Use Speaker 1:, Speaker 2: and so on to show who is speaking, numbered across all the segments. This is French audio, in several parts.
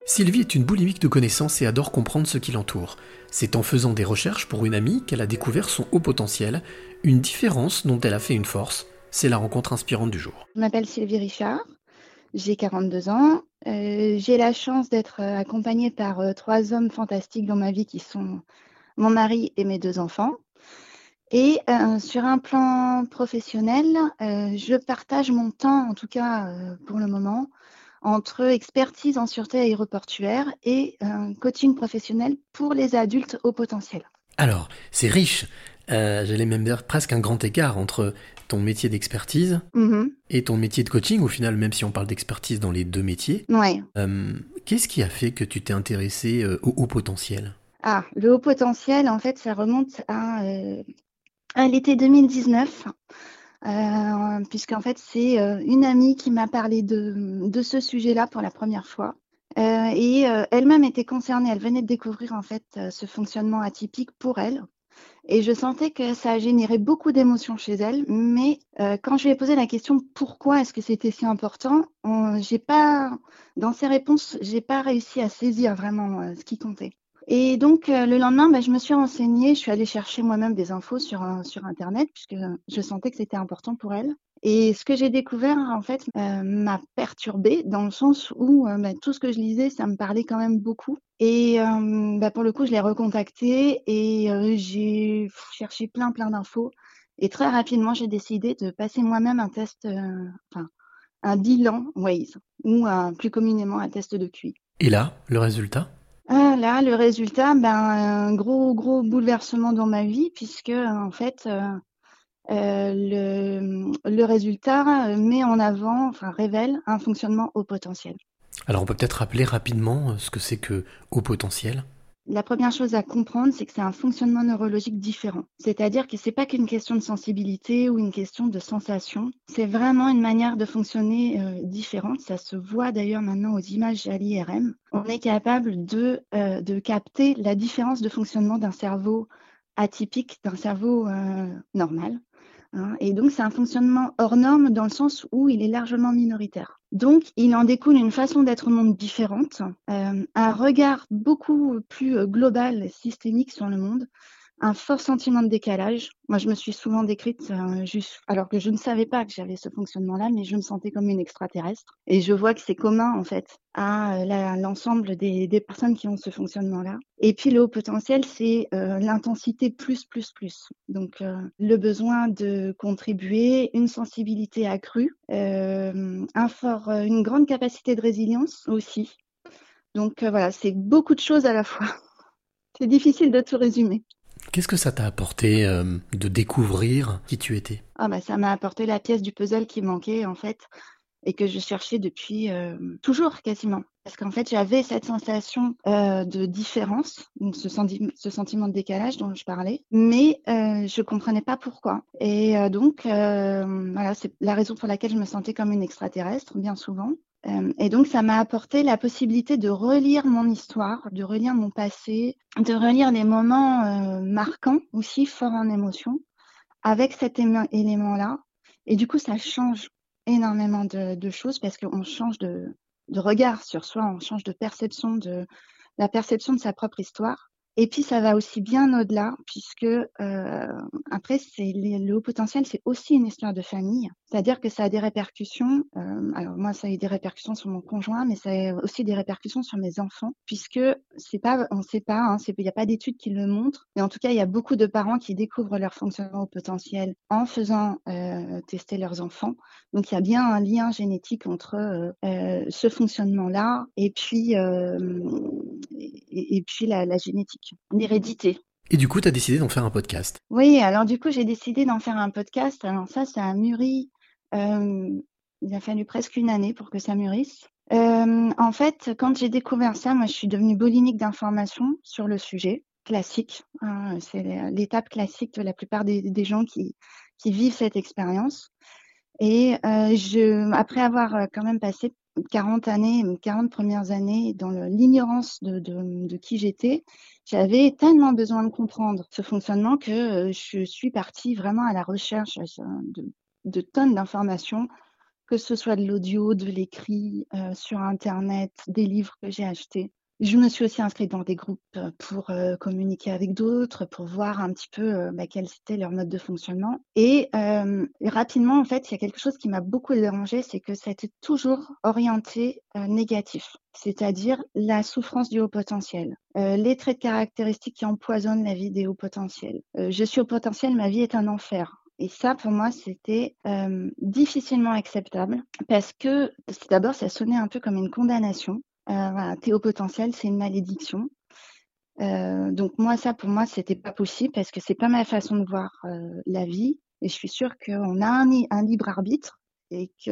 Speaker 1: Sylvie est une boulimique de connaissances et adore comprendre ce qui l'entoure. C'est en faisant des recherches pour une amie qu'elle a découvert son haut potentiel, une différence dont elle a fait une force. C'est la rencontre inspirante du jour.
Speaker 2: Je m'appelle Sylvie Richard, j'ai 42 ans. J'ai la chance d'être accompagnée par 3 hommes fantastiques dans ma vie qui sont mon mari et mes 2 enfants. Et sur un plan professionnel, je partage mon temps, en tout cas pour le moment, entre expertise en sûreté aéroportuaire et coaching professionnel pour les adultes au potentiel.
Speaker 1: Alors, c'est riche. J'allais même dire presque un grand écart entre ton métier d'expertise
Speaker 2: Mhm.
Speaker 1: et ton métier de coaching, au final, même si on parle d'expertise dans les deux métiers.
Speaker 2: Ouais.
Speaker 1: Qu'est-ce qui a fait que tu t'es intéressé au haut potentiel?
Speaker 2: Ah, le haut potentiel, en fait, ça remonte à l'été 2019. Puisqu'en fait, c'est une amie qui m'a parlé de ce sujet-là pour la première fois. Et elle-même était concernée. Elle venait de découvrir en fait ce fonctionnement atypique pour elle. Et je sentais que ça a généré beaucoup d'émotions chez elle. Mais quand je lui ai posé la question pourquoi est-ce que c'était si important, j'ai pas, dans ses réponses, j'ai pas réussi à saisir vraiment ce qui comptait. Et donc, le lendemain, je me suis renseignée, je suis allée chercher moi-même des infos sur internet puisque je sentais que c'était important pour elle. Et ce que j'ai découvert, en fait, m'a perturbée dans le sens où, tout ce que je lisais, ça me parlait quand même beaucoup. Et pour le coup, je l'ai recontactée et j'ai cherché plein d'infos et très rapidement, j'ai décidé de passer moi-même un test, un bilan Waze ou plus communément un test de QI.
Speaker 1: Et là, le résultat?
Speaker 2: Ah là, le résultat, un gros bouleversement dans ma vie puisque, en fait, le résultat, met en avant, enfin révèle un fonctionnement haut potentiel.
Speaker 1: Alors, on peut peut-être rappeler rapidement ce que c'est que haut potentiel.
Speaker 2: La première chose à comprendre, c'est que c'est un fonctionnement neurologique différent. C'est-à-dire que c'est pas qu'une question de sensibilité ou une question de sensation. C'est vraiment une manière de fonctionner différente. Ça se voit d'ailleurs maintenant aux images à l'IRM. On est capable de capter la différence de fonctionnement d'un cerveau atypique, d'un cerveau normal. Hein. Et donc, c'est un fonctionnement hors norme dans le sens où il est largement minoritaire. Donc, il en découle une façon d'être au monde différente, un regard beaucoup plus global, systémique sur le monde, un fort sentiment de décalage. Moi, je me suis souvent décrite, juste, alors que je ne savais pas que j'avais ce fonctionnement-là, mais je me sentais comme une extraterrestre. Et je vois que c'est commun, en fait, à l'ensemble des personnes qui ont ce fonctionnement-là. Et puis, le haut potentiel, c'est l'intensité plus. Donc, le besoin de contribuer, une sensibilité accrue, une grande capacité de résilience aussi. Donc, voilà, c'est beaucoup de choses à la fois. C'est difficile de tout résumer.
Speaker 1: Qu'est-ce que ça t'a apporté de découvrir qui tu étais?
Speaker 2: Ça m'a apporté la pièce du puzzle qui manquait en fait et que je cherchais depuis toujours quasiment. Parce qu'en fait, j'avais cette sensation de différence, donc ce sentiment de décalage dont je parlais, mais je comprenais pas pourquoi. Et voilà, c'est la raison pour laquelle je me sentais comme une extraterrestre bien souvent. Et donc, ça m'a apporté la possibilité de relire mon histoire, de relire mon passé, de relire les moments marquants aussi, forts en émotion, avec cet élément-là. Et du coup, ça change énormément de choses parce qu'on change de regard sur soi, on change de perception de la perception de sa propre histoire. Et puis, ça va aussi bien au-delà, puisque après, le haut potentiel, c'est aussi une histoire de famille. C'est-à-dire que ça a des répercussions. Alors moi, ça a eu des répercussions sur mon conjoint, mais ça a aussi des répercussions sur mes enfants, puisque c'est pas, on ne sait pas, hein, il n'y a pas d'études qui le montrent, mais en tout cas, il y a beaucoup de parents qui découvrent leur fonctionnement au potentiel en faisant tester leurs enfants. Donc, il y a bien un lien génétique entre ce fonctionnement-là et puis la génétique, l'hérédité.
Speaker 1: Et du coup, t'as décidé d'en faire un podcast.
Speaker 2: Oui, alors du coup, j'ai décidé d'en faire un podcast. Alors ça a mûri. Il a fallu presque une année pour que ça mûrisse. En fait, quand j'ai découvert ça, moi, je suis devenue boulimique d'informations sur le sujet, classique. Hein, c'est l'étape classique de la plupart des gens qui vivent cette expérience. Et après avoir quand même passé 40 années, 40 premières années dans l'ignorance de qui j'étais, j'avais tellement besoin de comprendre ce fonctionnement que je suis partie vraiment à la recherche de tonnes d'informations que ce soit de l'audio, de l'écrit, sur internet, des livres que j'ai achetés. Je me suis aussi inscrite dans des groupes, pour, communiquer avec d'autres, pour voir un petit peu, quels étaient leurs modes de fonctionnement et rapidement, en fait, il y a quelque chose qui m'a beaucoup dérangée, c'est que ça a été toujours orienté, négatif. C'est-à-dire la souffrance du haut potentiel, les traits de caractéristiques qui empoisonnent la vie des hauts potentiels. Je suis haut potentiel, ma vie est un enfer et ça, pour moi, c'était, difficilement acceptable parce que d'abord, ça sonnait un peu comme une condamnation. Voilà, tu es haut potentiel, c'est une malédiction. Donc moi, ça, pour moi, c'était pas possible parce que c'est pas ma façon de voir, la vie et je suis sûre qu'on a un libre arbitre et que,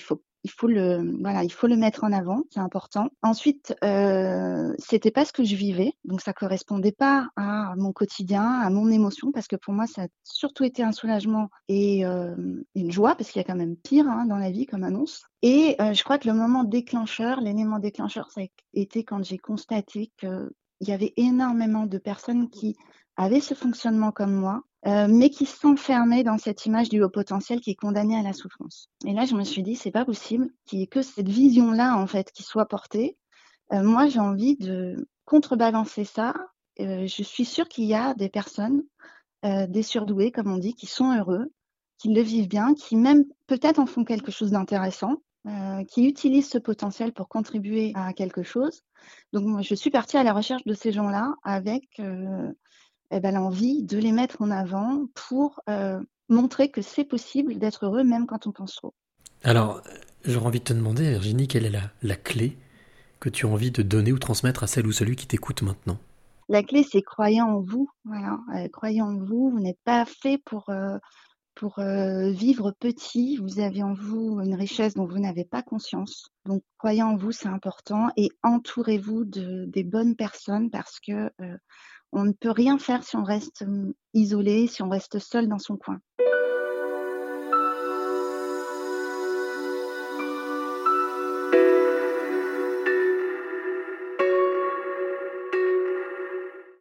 Speaker 2: il faut le mettre en avant, c'est important. Ensuite, c'était pas ce que je vivais, donc ça correspondait pas à mon quotidien, à mon émotion parce que pour moi, ça a surtout été un soulagement et une joie parce qu'il y a quand même pire, hein, dans la vie comme annonce et je crois que le moment déclencheur, l'élément déclencheur, ça a été quand j'ai constaté que il y avait énormément de personnes qui avaient ce fonctionnement comme moi, mais qui s'enfermaient dans cette image du haut potentiel qui est condamné à la souffrance. Et là, je me suis dit: «C'est pas possible qu'il y ait que cette vision-là, en fait, qui soit portée». Moi, j'ai envie de contrebalancer ça. Je suis sûre qu'il y a des personnes, des surdoués, comme on dit, qui sont heureux, qui le vivent bien, qui même peut-être en font quelque chose d'intéressant, qui utilisent ce potentiel pour contribuer à quelque chose. Donc moi, je suis partie à la recherche de ces gens-là avec, l'envie de les mettre en avant pour, montrer que c'est possible d'être heureux même quand on pense trop.
Speaker 1: Alors, j'aurais envie de te demander, Virginie, quelle est la clé que tu as envie de donner ou transmettre à celle ou celui qui t'écoute maintenant?
Speaker 2: La clé, c'est croyez en vous, voilà, croyez en vous. Vous n'êtes pas fait pour, vivre petit. Vous avez en vous une richesse dont vous n'avez pas conscience. Donc croyez en vous, c'est important et entourez-vous des bonnes personnes parce que, on ne peut rien faire si on reste, isolé, si on reste seul dans son coin.